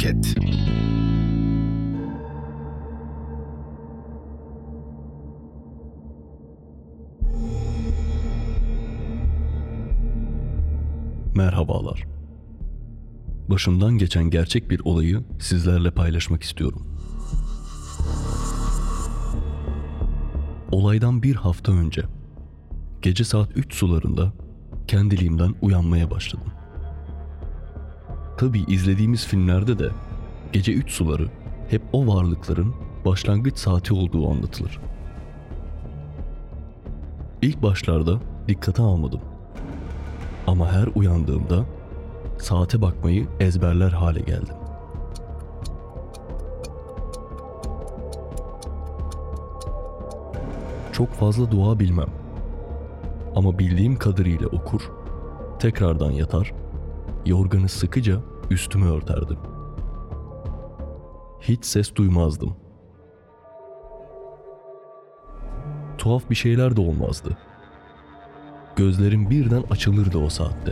Felaket. Merhabalar. Başımdan geçen gerçek bir olayı sizlerle paylaşmak istiyorum. Olaydan bir hafta önce, gece saat 3 sularında kendiliğimden uyanmaya başladım. Tabii izlediğimiz filmlerde de gece 3 suları hep o varlıkların başlangıç saati olduğu anlatılır. İlk başlarda dikkate almadım. Ama her uyandığımda saate bakmayı ezberler hale geldim. Çok fazla dua bilmem. Ama bildiğim kadarıyla okur, tekrardan yatar, yorganı sıkıca üstümü örterdim. Hiç ses duymazdım. Tuhaf bir şeyler de olmazdı. Gözlerim birden açılırdı o saatte.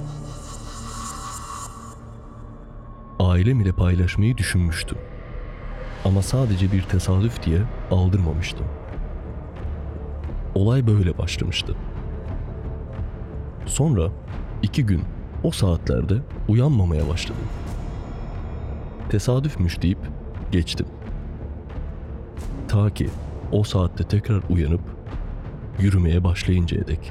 Ailem ile paylaşmayı düşünmüştüm. Ama sadece bir tesadüf diye aldırmamıştım. Olay böyle başlamıştı. Sonra 2 gün o saatlerde uyanmamaya başladım. Tesadüfmüş deyip geçtim. Ta ki o saatte tekrar uyanıp yürümeye başlayıncaya dek.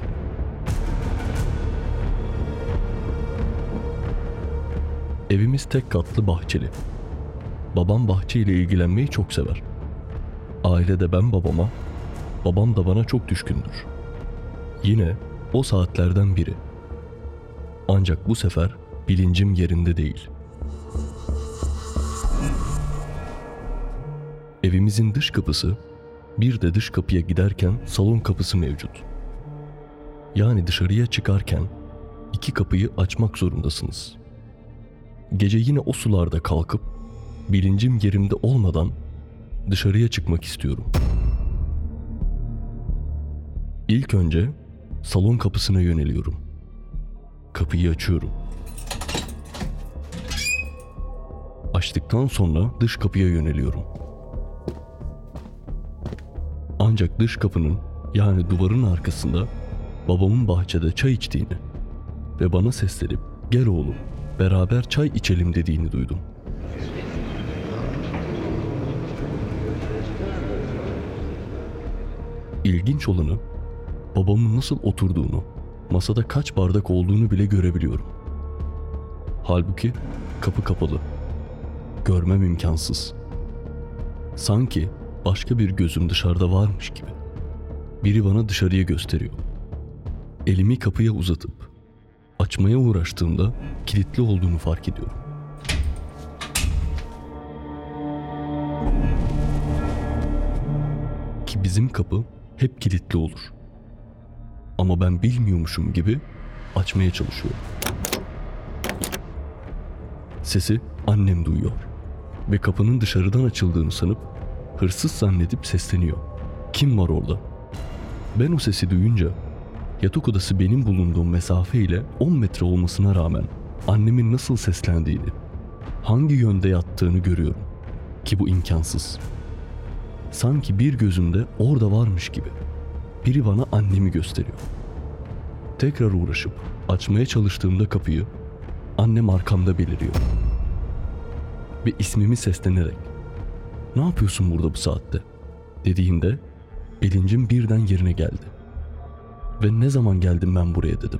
Evimiz tek katlı bahçeli. Babam bahçeyle ilgilenmeyi çok sever. Ailede ben babama, babam da bana çok düşkündür. Yine o saatlerden biri. Ancak bu sefer bilincim yerinde değil. Evimizin dış kapısı, bir de dış kapıya giderken salon kapısı mevcut. Yani dışarıya çıkarken 2 kapıyı açmak zorundasınız. Gece yine o sularda kalkıp bilincim yerimde olmadan dışarıya çıkmak istiyorum. İlk önce salon kapısına yöneliyorum. Kapıyı açıyorum. Açtıktan sonra dış kapıya yöneliyorum. Ancak dış kapının, yani duvarın arkasında babamın bahçede çay içtiğini ve bana seslenip "Gel oğlum, beraber çay içelim" dediğini duydum. İlginç olanı, babamın nasıl oturduğunu, masada kaç bardak olduğunu bile görebiliyorum. Halbuki kapı kapalı. Görmem imkansız. Sanki başka bir gözüm dışarıda varmış gibi. Biri bana dışarıya gösteriyor. Elimi kapıya uzatıp açmaya uğraştığımda kilitli olduğunu fark ediyorum. Ki bizim kapı hep kilitli olur. Ama ben bilmiyormuşum gibi açmaya çalışıyorum. Sesi annem duyuyor ve kapının dışarıdan açıldığını sanıp hırsız zannedip sesleniyor. Kim var orada? Ben o sesi duyunca yatak odası benim bulunduğum mesafe ile 10 metre olmasına rağmen annemin nasıl seslendiğini, hangi yönde yattığını görüyorum. Ki bu imkansız. Sanki bir gözümde orada varmış gibi. Biri bana annemi gösteriyor. Tekrar uğraşıp açmaya çalıştığımda kapıyı annem arkamda beliriyor. Ve ismimi seslenerek "Ne yapıyorsun burada bu saatte?" dediğinde bilincim birden yerine geldi. Ve "Ne zaman geldim ben buraya?" dedim.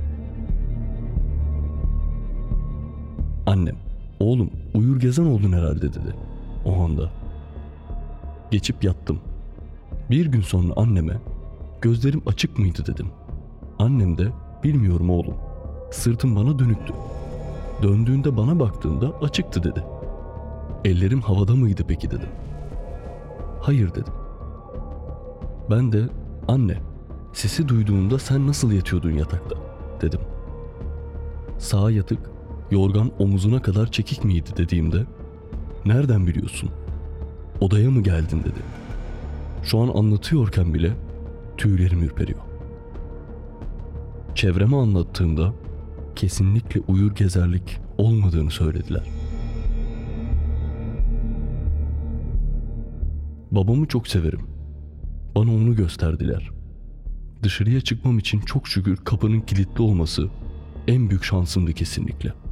Annem "Oğlum, uyur gezen oldun herhalde" dedi o anda. Geçip yattım. Bir gün sonra anneme "Gözlerim açık mıydı?" dedim. Annem de "Bilmiyorum oğlum. Sırtım bana dönüktü. Döndüğünde bana baktığında açıktı" dedi. "Ellerim havada mıydı peki?" dedim. "Hayır" dedim. Ben de "Anne, sesi duyduğumda sen nasıl yatıyordun yatakta?" dedim. "Sağ yatık, yorgan omuzuna kadar çekik miydi?" dediğimde "Nereden biliyorsun? Odaya mı geldin?" dedi. Şu an anlatıyorken bile tüylerim ürperiyor. Çevreme anlattığımda kesinlikle uyur gezerlik olmadığını söylediler. Babamı çok severim. Bana onu gösterdiler. Dışarıya çıkmam için çok şükür kapının kilitli olması en büyük şansımdı kesinlikle.